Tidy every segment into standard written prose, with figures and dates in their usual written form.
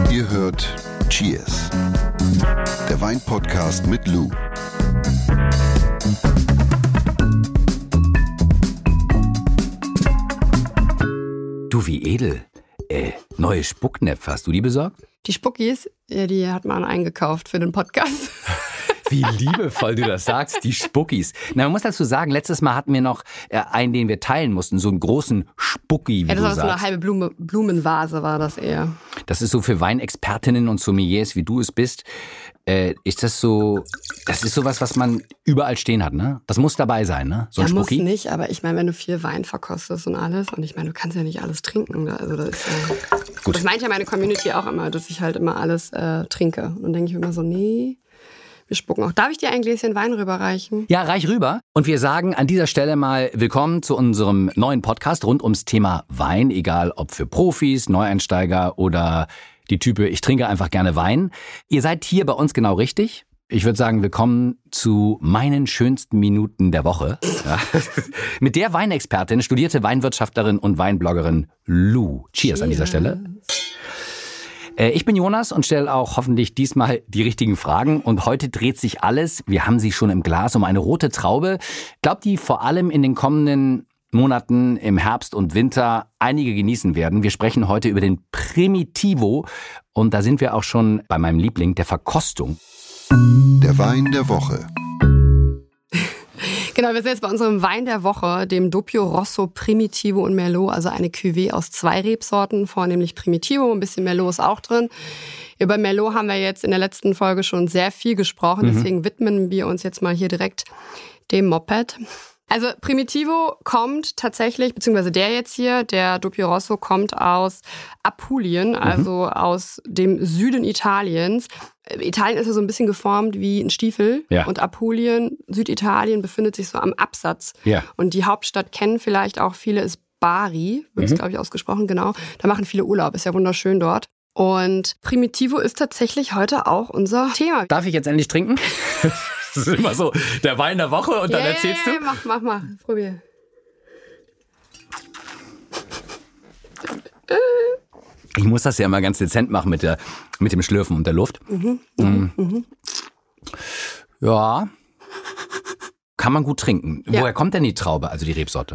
Ihr hört Cheers, der Wein-Podcast mit Lou. Du, wie edel. Neue Spucknäpfe, hast du die besorgt? Die Spuckis, ja, die hat man eingekauft für den Podcast. Wie liebevoll du das sagst, die Spuckis. Na, man muss dazu sagen, letztes Mal hatten wir noch einen, den wir teilen mussten, so einen großen Spucki, wie ja, das du war sagst. so eine halbe Blumenvase, war das eher. Das ist so für Weinexpertinnen und Sommeliers, wie du es bist. Ist das so, das ist sowas, was man überall stehen hat, ne? Das muss dabei sein, ne? So ein ja, Spucki. Muss nicht, aber ich meine, wenn du viel Wein verkostest und alles, und ich meine, du kannst ja nicht alles trinken. Also das ist ja, Gut. Das meint ja meine Community auch immer, dass ich halt immer alles trinke. Und dann denke ich mir immer so, nee, wir spucken auch. Darf ich dir ein Gläschen Wein rüberreichen? Ja, reich rüber. Und wir sagen an dieser Stelle mal willkommen zu unserem neuen Podcast rund ums Thema Wein, egal ob für Profis, Neueinsteiger oder die Type, ich trinke einfach gerne Wein. Ihr seid hier bei uns genau richtig. Ich würde sagen, willkommen zu meinen schönsten Minuten der Woche. Ja. Mit der Weinexpertin, studierte Weinwirtschaftlerin und Weinbloggerin Lou. Cheers an dieser Stelle. Ich bin Jonas und stelle auch hoffentlich diesmal die richtigen Fragen. Und heute dreht sich alles, wir haben sie schon im Glas, um eine rote Traube. Ich glaube, die vor allem in den kommenden Monaten im Herbst und Winter einige genießen werden. Wir sprechen heute über den Primitivo und da sind wir auch schon bei meinem Liebling, der Verkostung. Der Wein der Woche. Genau, wir sind jetzt bei unserem Wein der Woche, dem Doppio Rosso Primitivo und Merlot, also eine Cuvée aus 2 Rebsorten, vornehmlich Primitivo, ein bisschen Merlot ist auch drin. Über Merlot haben wir jetzt in der letzten Folge schon sehr viel gesprochen, deswegen widmen wir uns jetzt mal hier direkt dem Moped. Also Primitivo kommt tatsächlich, beziehungsweise der jetzt hier, der Doppio Rosso, kommt aus Apulien, also aus dem Süden Italiens. Italien ist ja so ein bisschen geformt wie ein Stiefel. Ja. Und Apulien, Süditalien, befindet sich so am Absatz. Ja. Und die Hauptstadt kennen vielleicht auch viele, ist Bari, wird es glaube ich ausgesprochen, genau. Da machen viele Urlaub, ist ja wunderschön dort. Und Primitivo ist tatsächlich heute auch unser Thema. Darf ich jetzt endlich trinken? Das ist immer so der Wein der Woche und dann erzählst du. Mach mal, probier. Ich muss das ja immer ganz dezent machen mit dem Schlürfen und der Luft. Ja, kann man gut trinken. Ja. Woher kommt denn die Traube, also die Rebsorte?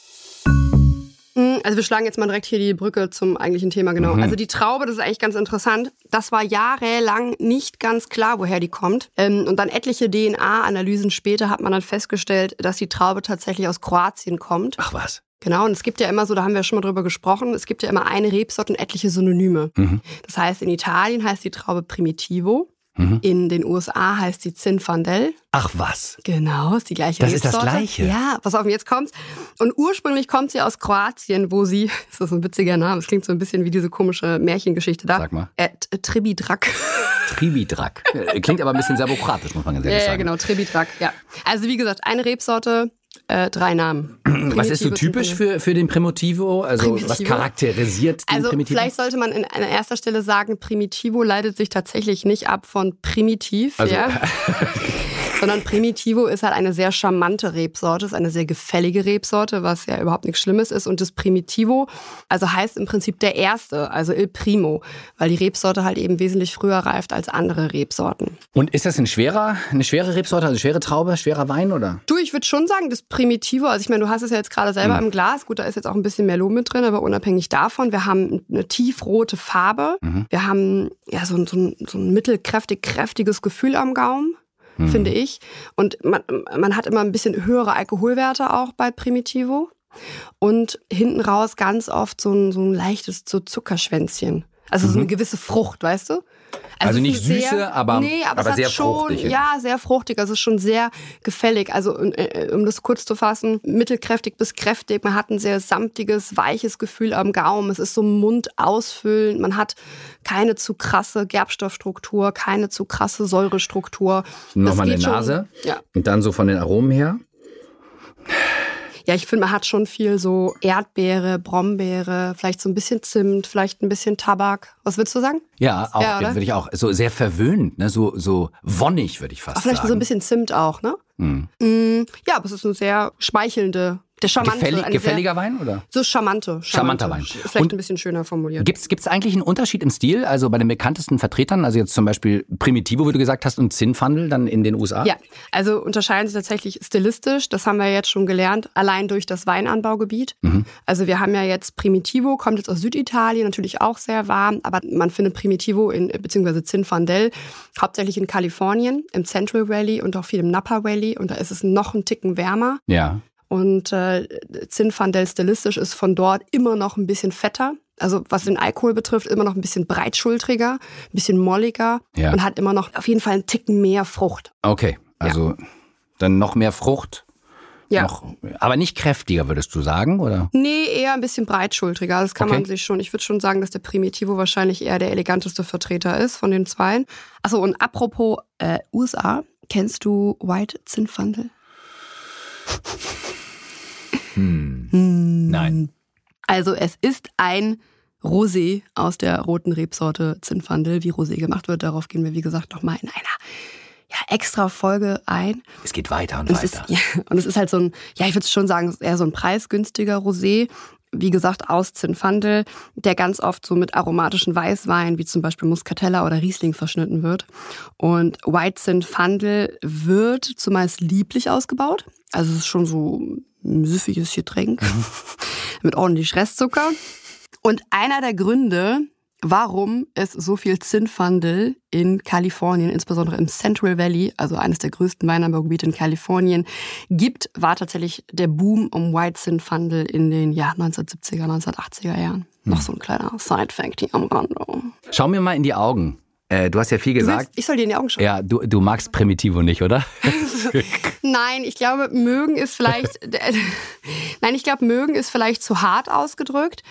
Also wir schlagen jetzt mal direkt hier die Brücke zum eigentlichen Thema, genau. Also die Traube, das ist eigentlich ganz interessant. Das war jahrelang nicht ganz klar, woher die kommt. Und dann etliche DNA-Analysen später hat man dann festgestellt, dass die Traube tatsächlich aus Kroatien kommt. Ach was. Genau, und es gibt ja immer so, da haben wir schon mal drüber gesprochen, es gibt ja immer eine Rebsorte und etliche Synonyme. Das heißt, in Italien heißt die Traube Primitivo. In den USA heißt sie Zinfandel. Ach was. Genau, ist die gleiche Das ist Rebsorte. das Gleiche? Ja, pass auf, jetzt kommt's. Und ursprünglich kommt sie aus Kroatien, wo sie, das ist ein witziger Name, es klingt so ein bisschen wie diese komische Märchengeschichte da. Sag mal. Tribidrak. Tribidrak. Klingt aber ein bisschen serbokratisch, muss man ganz ehrlich sagen. Ja, genau, Tribidrak, ja. Also wie gesagt, eine Rebsorte, 3 Namen. Was ist so typisch für den Primitivo? Also Primitivo? was charakterisiert den Also Primitivo? vielleicht sollte man an erster Stelle sagen, Primitivo leitet sich tatsächlich nicht ab von primitiv, Also- ja. Sondern Primitivo ist halt eine sehr charmante Rebsorte, ist eine sehr gefällige Rebsorte, was ja überhaupt nichts Schlimmes ist. Und das Primitivo, also heißt im Prinzip der Erste, also Il Primo, weil die Rebsorte halt eben wesentlich früher reift als andere Rebsorten. Und ist das eine schwere Rebsorte, also schwere Traube, schwerer Wein, oder? Du, ich würde schon sagen, das Primitivo, also ich meine, du hast es ja jetzt gerade selber im Glas, gut, da ist jetzt auch ein bisschen Merlot mit drin, aber unabhängig davon, wir haben eine tiefrote Farbe, wir haben ja so ein kräftiges Gefühl am Gaumen, finde ich. Und man hat immer ein bisschen höhere Alkoholwerte auch bei Primitivo und hinten raus ganz oft so ein leichtes so Zuckerschwänzchen. Also so eine gewisse Frucht, weißt du? Also es nicht ist ein süße, aber es hat sehr schon, fruchtig. Ja, sehr fruchtig. Also es ist schon sehr gefällig. Also um das kurz zu fassen, mittelkräftig bis kräftig. Man hat ein sehr samtiges, weiches Gefühl am Gaumen. Es ist so mundausfüllend. Man hat keine zu krasse Gerbstoffstruktur, keine zu krasse Säurestruktur. Nochmal eine geht schon. Nase. Ja. Und dann so von den Aromen her. Ja, ich finde, man hat schon viel so Erdbeere, Brombeere, vielleicht so ein bisschen Zimt, vielleicht ein bisschen Tabak. Was würdest du sagen? Ja, auch, Ja, oder? würde ich auch. So sehr verwöhnt, ne? So wonnig, würde ich fast Ach, vielleicht sagen. so ein bisschen Zimt auch, ne? Ja, aber es ist eine sehr schmeichelnde Der charmante. Gefälliger Wein, oder? So charmanter Wein. Ist vielleicht ein bisschen schöner formuliert. Gibt's eigentlich einen Unterschied im Stil? Also bei den bekanntesten Vertretern, also jetzt zum Beispiel Primitivo, wie du gesagt hast, und Zinfandel dann in den USA? Ja, also unterscheiden sie tatsächlich stilistisch. Das haben wir jetzt schon gelernt, allein durch das Weinanbaugebiet. Also wir haben ja jetzt Primitivo, kommt jetzt aus Süditalien, natürlich auch sehr warm, aber man findet Primitivo beziehungsweise Zinfandel hauptsächlich in Kalifornien, im Central Valley und auch viel im Napa Valley. Und da ist es noch ein Ticken wärmer. Ja. Und Zinfandel stilistisch ist von dort immer noch ein bisschen fetter. Also was den Alkohol betrifft, immer noch ein bisschen breitschultriger, ein bisschen molliger und hat immer noch auf jeden Fall einen Ticken mehr Frucht. Okay, also dann noch mehr Frucht. Ja. Aber nicht kräftiger, würdest du sagen, oder? Nee, eher ein bisschen breitschultriger. Das kann man sich schon. Ich würde schon sagen, dass der Primitivo wahrscheinlich eher der eleganteste Vertreter ist von den zweien. Achso, und apropos USA, kennst du White Zinfandel? Nein. Also es ist ein Rosé aus der roten Rebsorte Zinfandel. Wie Rosé gemacht wird, darauf gehen wir, wie gesagt, nochmal in einer extra Folge ein. Es geht weiter und weiter. Und es ist halt so ein, ich würde schon sagen, eher so ein preisgünstiger Rosé. Wie gesagt, aus Zinfandel, der ganz oft so mit aromatischen Weißweinen, wie zum Beispiel Muscatella oder Riesling, verschnitten wird. Und White Zinfandel wird zumeist lieblich ausgebaut. Also es ist schon so ein süffiges Getränk mit ordentlich Restzucker. Und einer der Gründe, warum es so viel Zinfandel in Kalifornien, insbesondere im Central Valley, also eines der größten Weinanbaugebiete in Kalifornien, gibt, war tatsächlich der Boom um White Zinfandel in den 1970er, 1980er Jahren. Noch so ein kleiner Side-Fact hier am Rande. Schau mir mal in die Augen. Du hast ja viel gesagt. Ich soll dir in die Augen schauen. Ja, du magst Primitivo nicht, oder? Nein, ich glaube, mögen ist vielleicht zu hart ausgedrückt.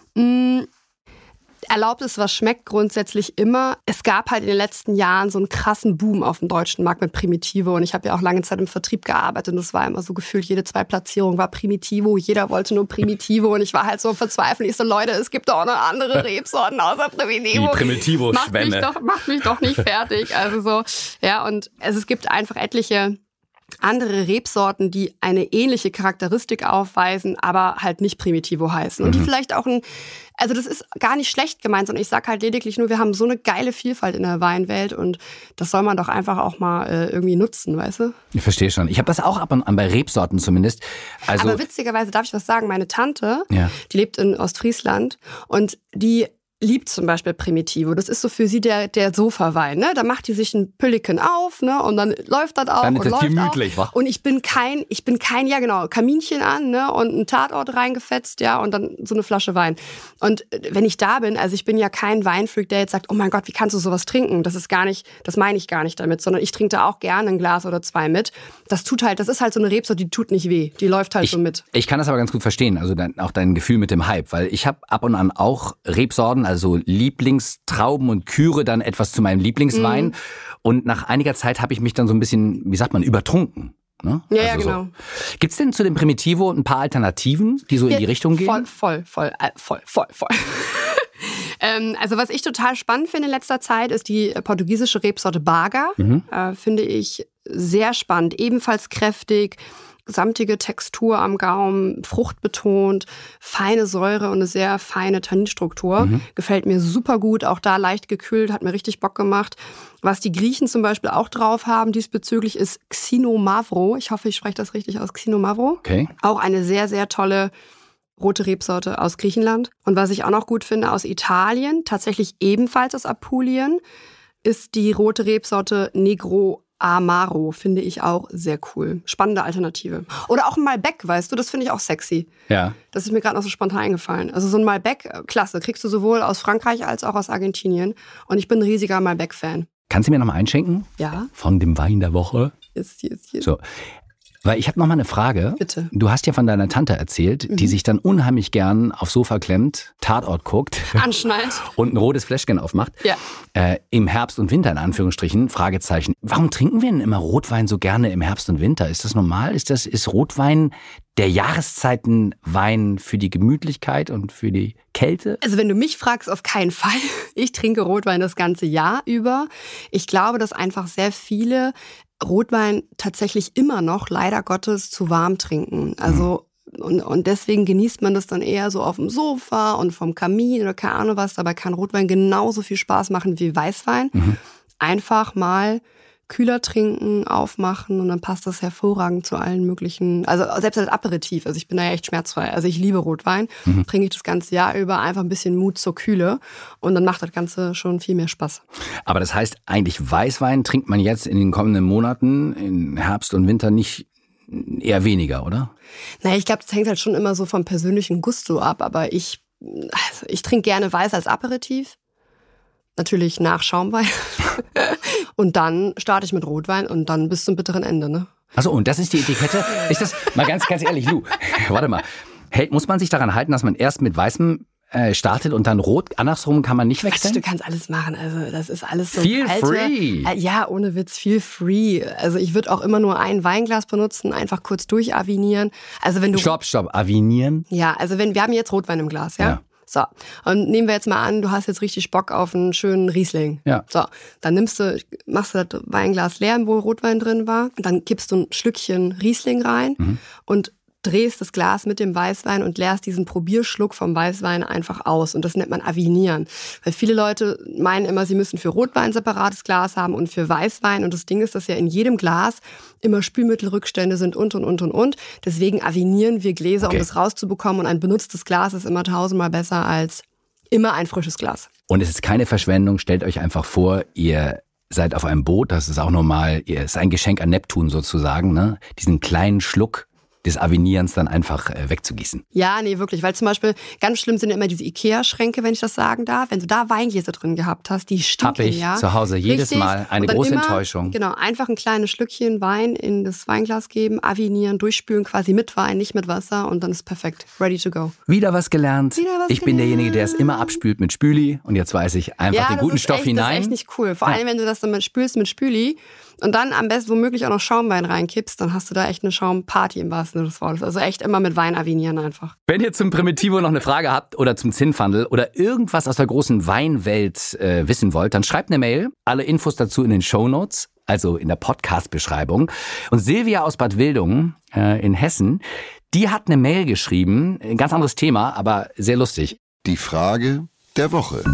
Erlaubt es, was schmeckt, grundsätzlich immer. Es gab halt in den letzten Jahren so einen krassen Boom auf dem deutschen Markt mit Primitivo. Und ich habe ja auch lange Zeit im Vertrieb gearbeitet. Und es war immer so gefühlt, jede 2 Platzierungen war Primitivo. Jeder wollte nur Primitivo. Und ich war halt so verzweifelt. Ich so, Leute, es gibt doch auch noch andere Rebsorten außer Primitivo. Die Primitivo-Schwemme. Macht mich doch nicht fertig. Also so, ja, und es gibt einfach etliche andere Rebsorten, die eine ähnliche Charakteristik aufweisen, aber halt nicht Primitivo heißen. Und die vielleicht auch also das ist gar nicht schlecht gemeint, sondern ich sage halt lediglich nur, wir haben so eine geile Vielfalt in der Weinwelt und das soll man doch einfach auch mal irgendwie nutzen, weißt du? Ich verstehe schon. Ich habe das auch ab und an bei Rebsorten zumindest. Also, aber witzigerweise darf ich was sagen, meine Tante, die lebt in Ostfriesland und die liebt zum Beispiel Primitivo. Das ist so für sie der Sofawein. Ne? Da macht die sich ein Pülliken auf, ne? Und dann läuft das auch. Dann ist und das läuft gemütlich, wa? Und ich bin kein, ja genau, Kaminchen an, ne? Und ein Tatort reingefetzt, ja, und dann so eine Flasche Wein. Und wenn ich da bin, also ich bin ja kein Weinfreak, der jetzt sagt, oh mein Gott, wie kannst du sowas trinken? Das meine ich gar nicht damit, sondern ich trinke da auch gerne ein Glas oder 2 mit. Das ist halt so eine Rebsorte, die tut nicht weh. Die läuft halt so mit. Ich kann das aber ganz gut verstehen, also auch dein Gefühl mit dem Hype, weil ich habe ab und an auch Rebsorten, also Lieblingstrauben und küre dann etwas zu meinem Lieblingswein. Und nach einiger Zeit habe ich mich dann so ein bisschen, wie sagt man, übertrunken. Ne? Ja, also genau. So. Gibt's denn zu dem Primitivo ein paar Alternativen, die so in die Richtung gehen? Voll. Also was ich total spannend finde in letzter Zeit, ist die portugiesische Rebsorte Baga. Finde ich sehr spannend. Ebenfalls kräftig. Samtige Textur am Gaumen, fruchtbetont, feine Säure und eine sehr feine Tanninstruktur. Gefällt mir super gut, auch da leicht gekühlt, hat mir richtig Bock gemacht. Was die Griechen zum Beispiel auch drauf haben diesbezüglich ist Xinomavro. Ich hoffe, ich spreche das richtig aus, Xinomavro. Okay. Auch eine sehr, sehr tolle rote Rebsorte aus Griechenland. Und was ich auch noch gut finde aus Italien, tatsächlich ebenfalls aus Apulien, ist die rote Rebsorte Negro Amaro, finde ich auch sehr cool. Spannende Alternative. Oder auch ein Malbec, weißt du, das finde ich auch sexy. Ja. Das ist mir gerade noch so spontan eingefallen. Also so ein Malbec, klasse, kriegst du sowohl aus Frankreich als auch aus Argentinien. Und ich bin ein riesiger Malbec-Fan. Kannst du mir noch mal einschenken? Ja. Von dem Wein der Woche? Yes. So. Weil ich habe noch mal eine Frage. Bitte. Du hast ja von deiner Tante erzählt, die sich dann unheimlich gern aufs Sofa klemmt, Tatort guckt. Anschnallt. Und ein rotes Fläschchen aufmacht. Ja. Im Herbst und Winter, in Anführungsstrichen, Fragezeichen. Warum trinken wir denn immer Rotwein so gerne im Herbst und Winter? Ist das normal? Ist Rotwein der Jahreszeitenwein für die Gemütlichkeit und für die Kälte? Also wenn du mich fragst, auf keinen Fall. Ich trinke Rotwein das ganze Jahr über. Ich glaube, dass einfach sehr viele Rotwein tatsächlich immer noch, leider Gottes, zu warm trinken. Also Und deswegen genießt man das dann eher so auf dem Sofa und vom Kamin oder keine Ahnung was. Dabei kann Rotwein genauso viel Spaß machen wie Weißwein. Einfach mal kühler trinken, aufmachen und dann passt das hervorragend zu allen möglichen, also selbst als Aperitif, also ich bin da ja echt schmerzfrei, also ich liebe Rotwein, trinke ich das ganze Jahr über einfach ein bisschen Mut zur Kühle und dann macht das Ganze schon viel mehr Spaß. Aber das heißt, eigentlich Weißwein trinkt man jetzt in den kommenden Monaten, in Herbst und Winter nicht eher weniger, oder? Naja, ich glaube, das hängt halt schon immer so vom persönlichen Gusto ab, aber ich trinke gerne Weiß als Aperitif. Natürlich nach Schaumwein. Und dann starte ich mit Rotwein und dann bis zum bitteren Ende, ne? Achso, und das ist die Etikette? Ist das, mal ganz ehrlich, Lu, warte mal. Muss man sich daran halten, dass man erst mit Weißem startet und dann Rot? Andersrum kann man nicht wechseln? Du kannst alles machen, also das ist alles so Feel free. Ja, ohne Witz, feel free. Also ich würde auch immer nur ein Weinglas benutzen, einfach kurz durchavinieren. Also wenn du Stopp, avinieren? Ja, also wir haben jetzt Rotwein im Glas, ja? So, und nehmen wir jetzt mal an, du hast jetzt richtig Bock auf einen schönen Riesling. Ja. So, dann machst du das Weinglas leer, wo Rotwein drin war. Dann kippst du ein Schlückchen Riesling rein und drehst das Glas mit dem Weißwein und leerst diesen Probierschluck vom Weißwein einfach aus. Und das nennt man Avinieren. Weil viele Leute meinen immer, sie müssen für Rotwein ein separates Glas haben und für Weißwein. Und das Ding ist, dass ja in jedem Glas immer Spülmittelrückstände sind und. Deswegen avinieren wir Gläser, um das rauszubekommen. Und ein benutztes Glas ist immer 1000-mal besser als immer ein frisches Glas. Und es ist keine Verschwendung. Stellt euch einfach vor, ihr seid auf einem Boot. Das ist auch normal. Es ist ein Geschenk an Neptun sozusagen, ne? Diesen kleinen Schluck des Avenierens dann einfach wegzugießen. Ja, nee, wirklich. Weil zum Beispiel ganz schlimm sind immer diese Ikea-Schränke, wenn ich das sagen darf. Wenn du da Weingläser drin gehabt hast, die stinken. Hab ich zu Hause jedes Mal eine große Enttäuschung. Genau, einfach ein kleines Schlückchen Wein in das Weinglas geben, avinieren, durchspülen, quasi mit Wein, nicht mit Wasser und dann ist perfekt. Ready to go. Wieder was gelernt. Ich bin derjenige, der es immer abspült mit Spüli und jetzt weiß ich einfach den guten Stoff hinein. Das ist echt nicht cool. Vor allem, wenn du das dann spülst mit Spüli und dann am besten womöglich auch noch Schaumwein reinkippst, dann hast du da echt eine Schaumparty im wahrsten Sinne des Wortes. Also echt immer mit Wein avinieren einfach. Wenn ihr zum Primitivo noch eine Frage habt oder zum Zinfandel oder irgendwas aus der großen Weinwelt wissen wollt, dann schreibt eine Mail. Alle Infos dazu in den Shownotes, also in der Podcast-Beschreibung. Und Silvia aus Bad Wildungen in Hessen, die hat eine Mail geschrieben. Ein ganz anderes Thema, aber sehr lustig. Die Frage der Woche.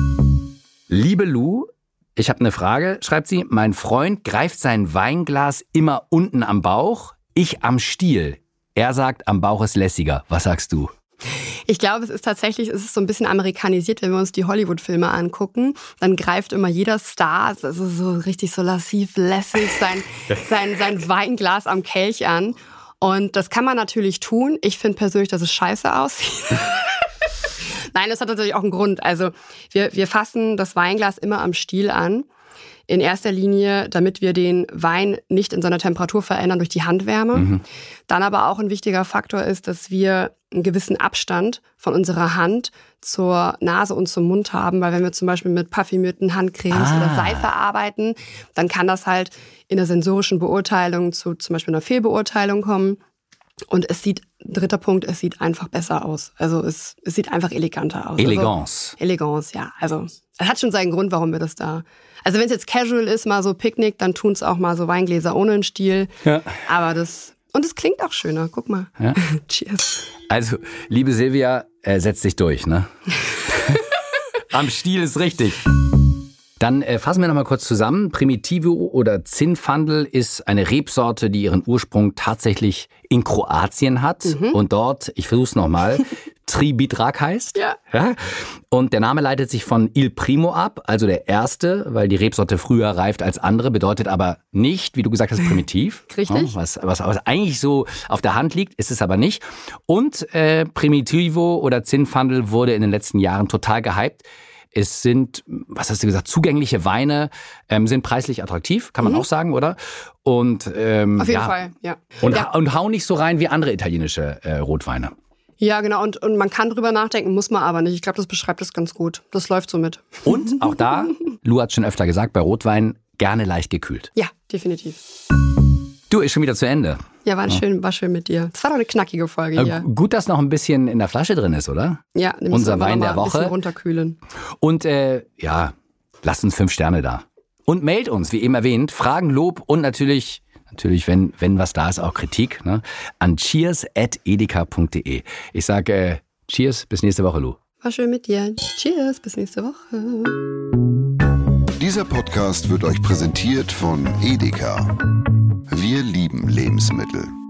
Liebe Lu, ich habe eine Frage, schreibt sie. Mein Freund greift sein Weinglas immer unten am Bauch, ich am Stiel. Er sagt, am Bauch ist lässiger. Was sagst du? Ich glaube, es ist so ein bisschen amerikanisiert, wenn wir uns die Hollywood-Filme angucken. Dann greift immer jeder Star, also so richtig so lassiv, lässig, sein Weinglas am Kelch an. Und das kann man natürlich tun. Ich finde persönlich, dass es scheiße aussieht. Nein, das hat natürlich auch einen Grund. Also wir fassen das Weinglas immer am Stiel an. In erster Linie, damit wir den Wein nicht in seiner Temperatur verändern durch die Handwärme. Dann aber auch ein wichtiger Faktor ist, dass wir einen gewissen Abstand von unserer Hand zur Nase und zum Mund haben. Weil wenn wir zum Beispiel mit parfümierten Handcremes oder Seife arbeiten, dann kann das halt in der sensorischen Beurteilung zu zum Beispiel einer Fehlbeurteilung kommen. Und dritter Punkt, es sieht einfach besser aus. Also es sieht einfach eleganter aus. Elegance. Also, Elegance, ja. Also es hat schon seinen Grund, warum wir das da... Also wenn es jetzt casual ist, mal so Picknick, dann tun es auch mal so Weingläser ohne einen Stiel. Ja. Aber es klingt auch schöner. Guck mal. Ja. Cheers. Also, liebe Silvia, setz dich durch, ne? Am Stiel ist richtig. Dann fassen wir nochmal kurz zusammen. Primitivo oder Zinfandel ist eine Rebsorte, die ihren Ursprung tatsächlich in Kroatien hat. Und dort, ich versuch's nochmal, Tribitrak heißt. Ja. Und der Name leitet sich von Il Primo ab, also der Erste, weil die Rebsorte früher reift als andere, bedeutet aber nicht, wie du gesagt hast, primitiv. Richtig. Was eigentlich so auf der Hand liegt, ist es aber nicht. Und Primitivo oder Zinfandel wurde in den letzten Jahren total gehypt. Es sind, was hast du gesagt, zugängliche Weine, sind preislich attraktiv, kann man auch sagen, oder? Und auf jeden Fall, ja. Und hau nicht so rein wie andere italienische Rotweine. Ja, genau. Und man kann drüber nachdenken, muss man aber nicht. Ich glaube, das beschreibt es ganz gut. Das läuft so mit. Und auch da, Lu hat schon öfter gesagt, bei Rotwein gerne leicht gekühlt. Ja, definitiv. Du, ist schon wieder zu Ende. Ja, war schön mit dir. Das war doch eine knackige Folge hier. Gut, dass noch ein bisschen in der Flasche drin ist, oder? Ja, unser Wein der Woche. Ein bisschen runterkühlen. Und lasst uns 5 Sterne da. Und meldet uns, wie eben erwähnt, Fragen, Lob und natürlich Natürlich, wenn was da ist, auch Kritik, ne? An cheers@edeka.de. Ich sage Cheers, bis nächste Woche, Lou. War schön mit dir. Cheers, bis nächste Woche. Dieser Podcast wird euch präsentiert von Edeka. Wir lieben Lebensmittel.